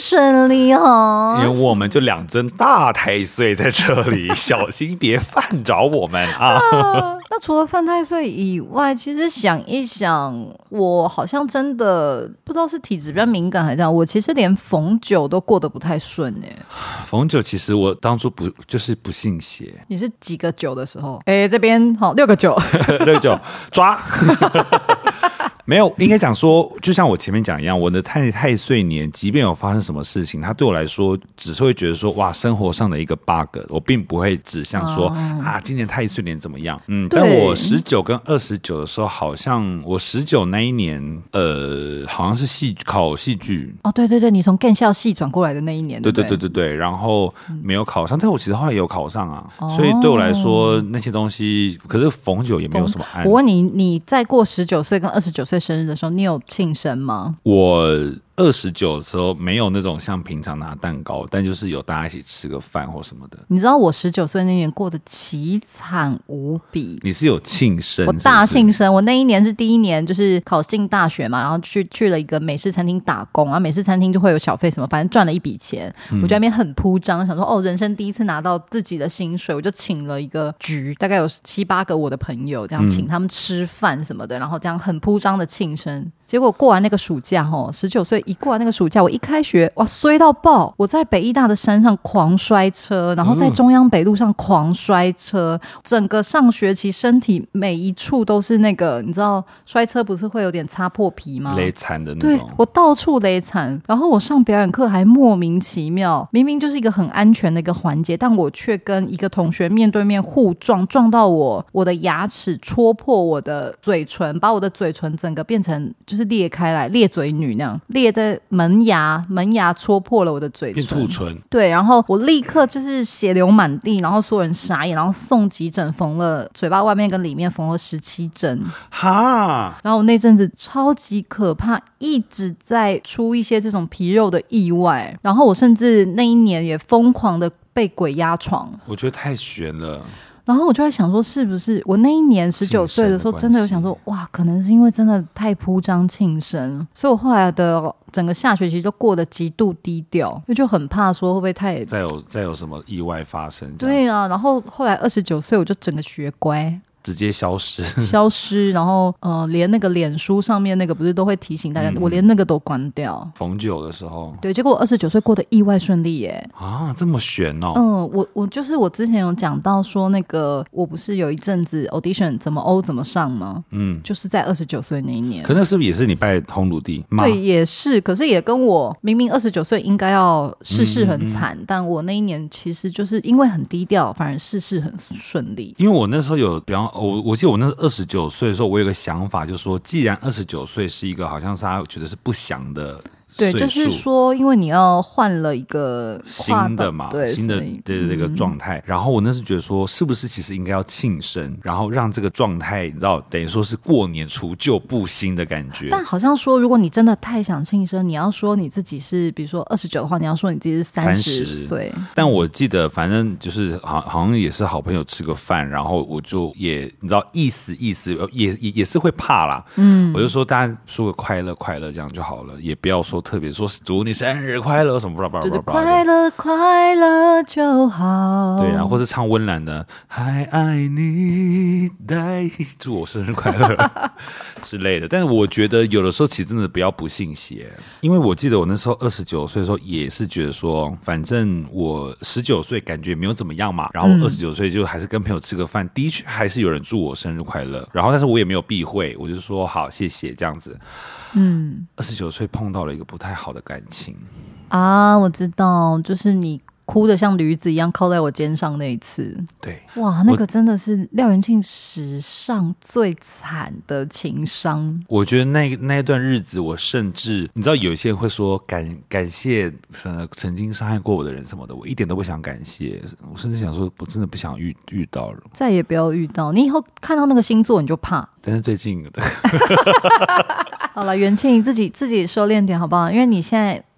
顺利哦。 因为我们就两针大太岁在这里，小心别犯着我们啊。 啊那除了犯太岁以外，其实想一想，我好像真的不知道是体质比较敏感还是这样，我其实连逢九都过得不太顺耶。 逢九其实我当初不就是不信邪。 你是几个九的时候？哎，这边好六个九， 六个九抓。没有，应该讲说，就像我前面讲一样，我的太太岁年，即便有发生什么事情，它对我来说，只是会觉得说，哇，生活上的一个 bug， 我并不会指向说、哦、啊，今年太岁年怎么样？嗯，但我十九跟二十九的时候，好像我十九那一年，呃，好像是戏考戏剧。 哦，对对对，你从干校系转过来的那一年， 对对对对对，然后没有考上，但我其实后来也有考上啊，哦、所以对我来说那些东西，可是逢九也没有什么安。 我问你，你在过十九岁跟二十九岁生日的时候，你有庆生吗？ 我二十九的时候没有那种像平常拿蛋糕，但就是有大家一起吃个饭或什么的。 你知道我十九岁那年过得凄惨无比。 你是有庆生？ 我大庆生，我那一年是第一年，就是考进大学嘛，然后去去了一个美式餐厅打工，然后美式餐厅就会有小费什么，反正赚了一笔钱。嗯、我就在那边很铺张，想说哦，人生第一次拿到自己的薪水，我就请了一个局，大概有七八个我的朋友，这样请他们吃饭什么的，然后这样很铺张的庆生。结果过完那个暑假齁，十九岁一过完那个暑假，我一开学哇衰到爆，我在北医大的山上狂摔车，然后在中央北路上狂摔车，整个上学期身体每一处都是那个，你知道摔车不是会有点擦破皮吗？ 勒残的那种。 对，我到处勒残，然后我上表演课还莫名其妙，明明就是一个很安全的一个环节，但我却跟一个同学面对面互撞，撞到我我的牙齿戳破我的嘴唇，把我的嘴唇整个变成就是裂开来，裂嘴女那样，裂在门牙，门牙戳破了我的嘴唇， 变兔唇。 对，然后我立刻就是血流满地，然后所有人傻眼，然后送急诊，缝了嘴巴外面跟里面缝了十七针。 哈！ 然后我那阵子超级可怕，一直在出一些这种皮肉的意外，然后我甚至那一年也疯狂的被鬼压床。 我觉得太悬了。 然后我就在想说，是不是我那一年十九岁的时候，真的有想说，哇，可能是因为真的太铺张庆生，所以我后来的整个下学期都过得极度低调，因为就很怕说会不会太再有再有什么意外发生。 对啊，然后后来二十九岁我就整个学乖。 直接消失， 消失，然后呃，连那个脸书上面那个不是都会提醒大家，嗯、我连那个都关掉。 逢九的时候， 对，结果我二十九岁过得意外顺利耶！ 啊，这么悬哦。 嗯，我我就是我之前有讲到说那个，我不是有一阵子 audition 怎么欧怎么上吗？嗯，就是在二十九岁那一年。 可那是不是也是你拜红鲁地？ 对，也是，可是也跟我明明二十九岁应该要事事很惨，嗯嗯嗯，但我那一年其实就是因为很低调，反而事事很顺利。 因为我那时候有，比方我我记得我那时候二十九岁的时候，我有个想法，就是说，既然二十九岁是一个好像是他觉得是不祥的。 对，就是说，因为你要换了一个新的嘛， 对新的的这个状态、嗯。然后我那时觉得说，是不是其实应该要庆生，然后让这个状态，你知道，等于说是过年除旧布新的感觉。 但好像说，如果你真的太想庆生，你要说你自己是，比如说二十九的话，你要说你自己是三十岁。 但我记得，反正就是好，好像也是好朋友吃个饭，然后我就也你知道，意思意思也也也是会怕啦。嗯，我就说大家说个快乐快乐这样就好了，也不要说。特别说祝你生日快乐什么，对对，快乐快乐就好。 对啊，或是唱温岚的还爱你，带祝我生日快乐之类的。但是我觉得有的时候其实真的不要不信邪，因为我记得我那时候二十九岁的时候也是觉得说，反正我十九岁感觉没有怎么样嘛，然后我二十九岁就还是跟朋友吃个饭、嗯，的确还是有人祝我生日快乐，然后但是我也没有避讳，我就说好谢谢这样子。嗯，二十九岁碰到了一个不太好的感情啊，我知道，就是你哭得像驴子一样靠在我肩上那一次。 对， 哇，那个真的是廖元庆史上最惨的情伤。 我觉得那那一段日子，我甚至你知道，有些人会说感感谢呃曾经伤害过我的人什么的，我一点都不想感谢，我甚至想说，我真的不想遇遇到了， 再也不要遇到。你以后看到那个星座你就怕。 但是最近好了，元庆自己自己收敛点好不好？因为你现在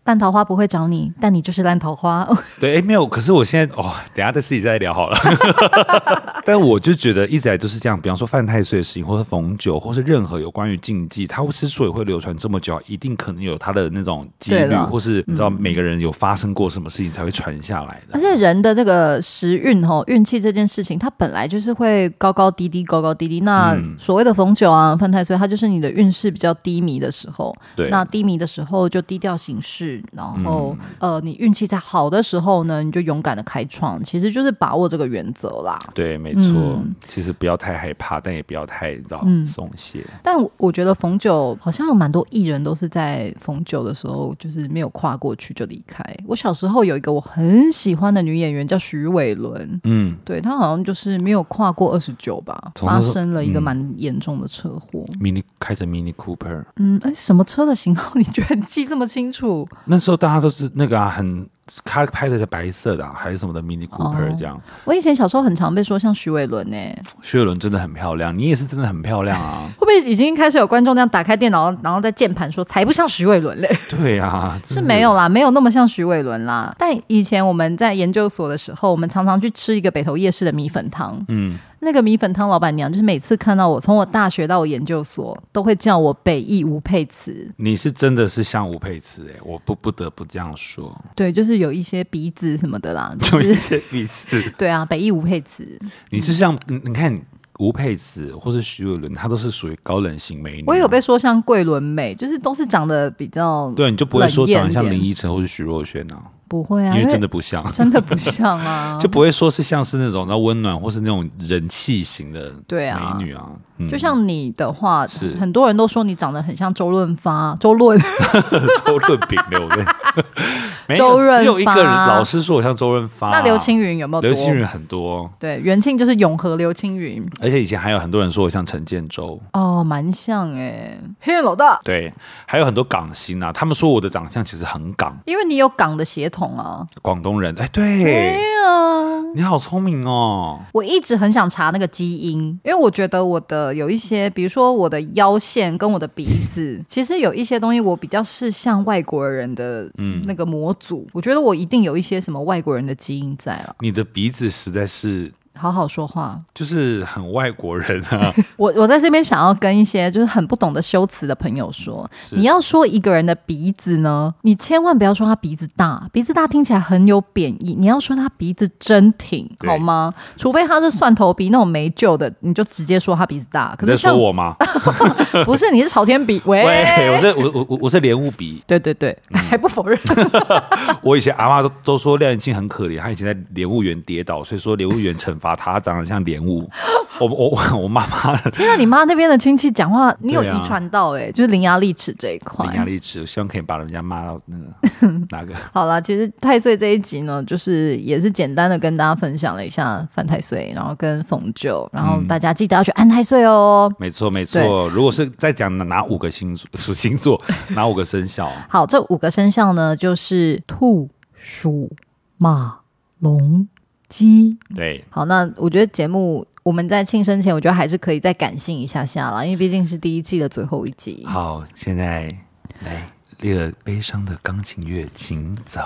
烂桃花不会找你，但你就是烂桃花。 对，哎，没有。可是我现在哦，等一下再自己再聊好了。但我就觉得一直来都是这样，比方说犯太岁的事情，或是逢九，或是任何有关于禁忌，它之所以会流传这么久，一定可能有它的那种几率，或是你知道每个人有发生过什么事情才会传下来的。 而且人的这个时运吼，运气这件事情，它本来就是会高高低低，高高低低。那所谓的逢九啊、犯太岁，它就是你的运势比较低迷的时候。 对， 那低迷的时候就低调行事，然后、嗯、呃，你运气在好的时候呢，你就勇敢的开创，其实就是把握这个原则啦。 对，没错、嗯。其实不要太害怕，但也不要太你知道、嗯、松懈。 但我觉得逢九好像有蛮多艺人都是在逢九的时候，就是没有跨过去就离开。我小时候有一个我很喜欢的女演员叫徐伟伦，嗯，对，她好像就是没有跨过二十九吧，发生了一个蛮严重的车祸。 Mini 开着 Mini Cooper， 嗯，哎，什么车的型号？你居然记这么清楚？ 那时候大家都是那个啊，很。他拍的是白色的、啊、还是什么的 Mini Cooper 这样、哦、 我以前小时候很常被说像徐伟伦耶。 徐伟伦真的很漂亮，你也是真的很漂亮啊。 会不会已经开始有观众这样打开电脑然后在键盘说才不像徐伟伦嘞？ 对啊， 是没有啦，没有那么像徐伟伦啦。但以前我们在研究所的时候，我们常常去吃一个北投夜市的米粉汤，嗯，那个米粉汤老板娘就是每次看到我，从我大学到我研究所都会叫我北艺吴佩慈。 你是真的是像吴佩慈哎、欸，我不不得不这样说。 对，就是有一些鼻子什么的啦， 就一些鼻子。 对啊，北艺吴佩慈。 你是像、嗯、你看吴佩慈或是徐伟伦，她都是属于高冷型美女。 我有被说像桂纶镁，就是都是长得比较对，你就不会说长得像林依晨或是徐若瑄啊。 不会啊， 因为真的不像， 真的不像啊， 就不会说是像是那种那温暖或是那种人气型的美女啊。 嗯、就像你的话，是很多人都说你长得很像周润发，周润， 周润饼流泪，没有，只有一个人老师说我像周润发、啊。 那刘青云有没有多？ 刘青云很多， 对，元庆就是永和刘青云， 而且以前还有很多人说我像陈建州， 哦，蛮像哎、欸，黑人老大， 对，还有很多港星啊，他们说我的长相其实很港， 因为你有港的血统啊， 广东人，哎，对， 对啊， 你好聪明哦， 我一直很想查那个基因，因为我觉得我的有一些，比如说我的腰线跟我的鼻子，其实有一些东西我比较是像外国人的那个模组、嗯、我觉得我一定有一些什么外国人的基因在了。 你的鼻子实在是好好说话， 就是很外国人啊。 我我在这边想要跟一些就是很不懂得修辞的朋友说，你要说一个人的鼻子呢，你千万不要说他鼻子大，鼻子大听起来很有贬义，你要说他鼻子真挺，好吗？除非他是蒜头鼻那种没救的，你就直接说他鼻子大。可是你在说我吗？ 不是，你是朝天鼻。喂， 喂我是我我我是莲雾鼻。 对对对、嗯，还不否认。 我以前阿嬷都都说廖元庆很可怜，他以前在莲雾园跌倒，所以说莲雾园惩罚他长得像莲雾。我我我妈妈， 听到你妈那边的亲戚讲话，你有遗传到哎、欸啊，就是伶牙俐齿这一块。 伶牙俐齿，我希望可以把人家骂到那个哪个。 好啦，其实太岁这一集呢，就是也是简单的跟大家分享了一下犯太岁，然后跟逢九，然后大家记得要去安太岁哦。 没错没错，如果是再讲哪五个星座，星座哪五个生肖？ 好，这五个生肖呢，就是兔、鼠、马、龙、鸡。 对， 好，那我觉得节目我们在庆生前，我觉得还是可以再感性一下下啦，因为毕竟是第一季的最后一集。 好，现在来列了悲伤的钢琴乐，请走。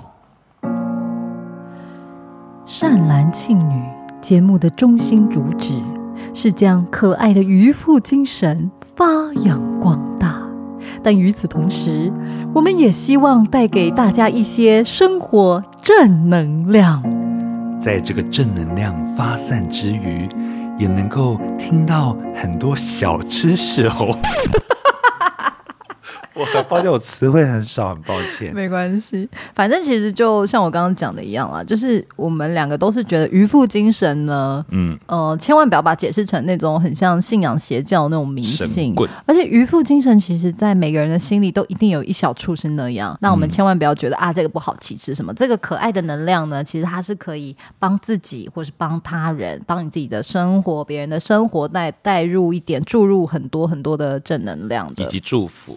善男信女节目的中心主旨是将可爱的渔夫精神发扬光大，但与此同时，我们也希望带给大家一些生活正能量。 在这个正能量发散之余，也能够听到很多小知识哦。我很抱歉，我词汇很少，很抱歉。 没关系，反正其实就像我刚刚讲的一样啦，就是我们两个都是觉得渔夫精神呢，嗯，呃，千万不要把它解释成那种很像信仰邪教那种迷信。而且渔夫精神其实在每个人的心里都一定有一小处是那样。那我们千万不要觉得、嗯、啊，这个不好启齿什么，这个可爱的能量呢，其实它是可以帮自己或是帮他人，帮你自己的生活、别人的生活带带入一点，注入很多很多的正能量的， 以及祝福。 对。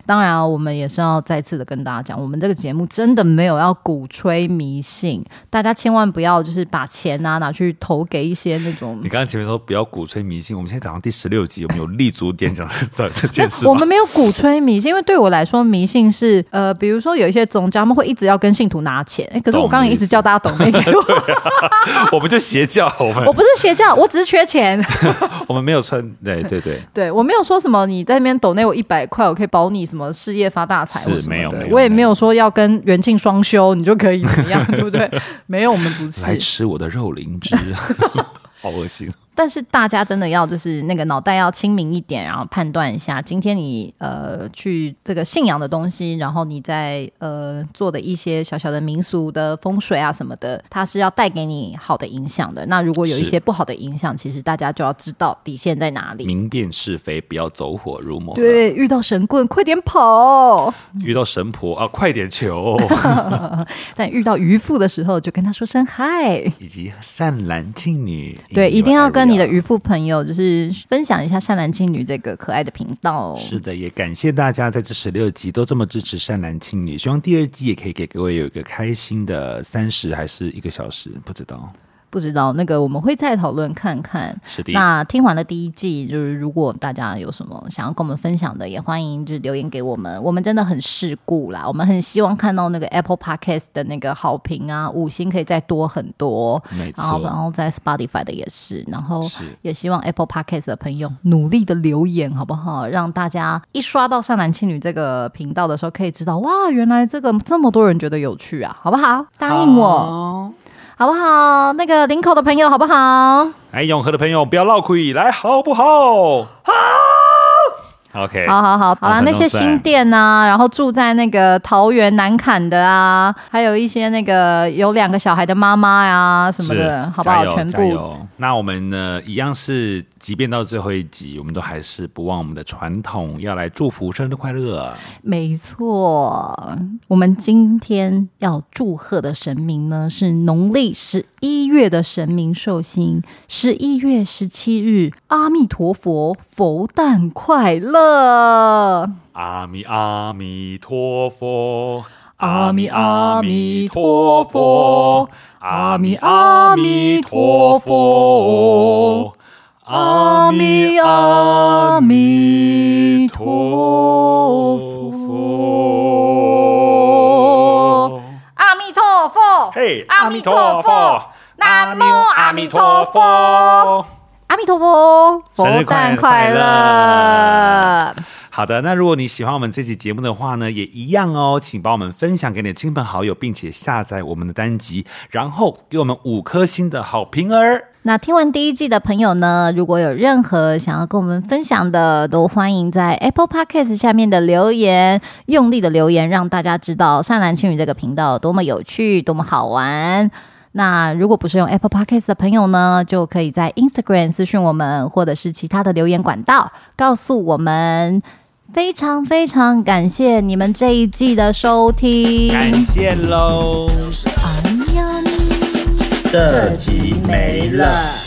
当然、啊、我们也是要再次的跟大家讲，我们这个节目真的没有要鼓吹迷信，大家千万不要就是把钱啊拿去投给一些那种。 你刚刚前面说不要鼓吹迷信，我们现在讲到第十六集，我们有立足点讲这这件事吗？ 我们没有鼓吹迷信，因为对我来说，迷信是呃，比如说有一些宗教，他们会一直要跟信徒拿钱。哎，可是我刚刚也一直叫大家抖内给我， 啊、我们就邪教，我们我不是邪教，我只是缺钱。 我们没有穿，对对对， 对我没有说什么你在那边抖内我一百块，我可以保你什么事业发大财， 是没有没有， 我也没有说要跟元庆双修，你就可以怎么样，对不对？没有，我们不是来吃我的肉灵芝。好恶心。 但是大家真的要就是那个脑袋要清明一点，然后判断一下今天你呃去这个信仰的东西，然后你在呃做的一些小小的民俗的风水啊什么的，它是要带给你好的影响的。那如果有一些不好的影响，其实大家就要知道底线在哪里， 明辨是非，不要走火入魔。 对，遇到神棍快点跑， 遇到神婆啊快点求。 但遇到渔夫的时候就跟他说声嗨， 以及善男信女。 对，一定要跟你的渔夫朋友就是分享一下善男信女这个可爱的频道。 是的，也感谢大家在这十六集都这么支持善男信女，希望第二季也可以给各位有一个开心的三十还是一个小时，不知道不知道那个我们会再讨论看看。 是的。 那听完了第一季，就是如果大家有什么想要跟我们分享的，也欢迎就是留言给我们。我们真的很世故啦，我们很希望看到那个 Apple Podcast 的那个好评啊，五星可以再多很多。 没错。 然后，然后在 Spotify 的也是，然后也希望 Apple Podcast 的朋友努力的留言，好不好？让大家一刷到善男信女这个频道的时候，可以知道哇，原来这个这么多人觉得有趣啊，好不好？答应我。好不好？那个林口的朋友好不好？ 哎，永和的朋友不要闹亏，来好不好？好。OK， 好好好，好啦，那些新店啊，然后住在那个桃园南崁的啊，还有一些那个有两个小孩的妈妈呀什么的，好不好？全部。 那我们呢，一样是，即便到最后一集，我们都还是不忘我们的传统，要来祝福生日快乐。 没错，我们今天要祝贺的神明呢，是农历十一月的神明寿星，十一月十七日，阿弥陀佛，佛诞快乐！ 阿弥阿弥陀佛， 阿弥阿弥陀佛，阿弥阿弥陀佛，阿弥阿弥陀佛，阿弥陀佛， 嘿，阿弥陀佛， 南无阿弥陀佛，阿弥陀佛，佛诞快乐！ 好的，那如果你喜欢我们这期节目的话呢，也一样哦，请帮我们分享给你的亲朋好友，并且下载我们的单集，然后给我们五颗星的好评儿。 那听完第一季的朋友呢，如果有任何想要跟我们分享的，都欢迎在 Apple Podcast 下面的留言，用力的留言，让大家知道善男信女这个频道多么有趣，多么好玩。那如果不是用 Apple Podcast 的朋友呢，就可以在 Instagram 私讯我们，或者是其他的留言管道告诉我们。非常非常感谢你们这一季的收听， 感谢喽！ 哎呀， 这集没了。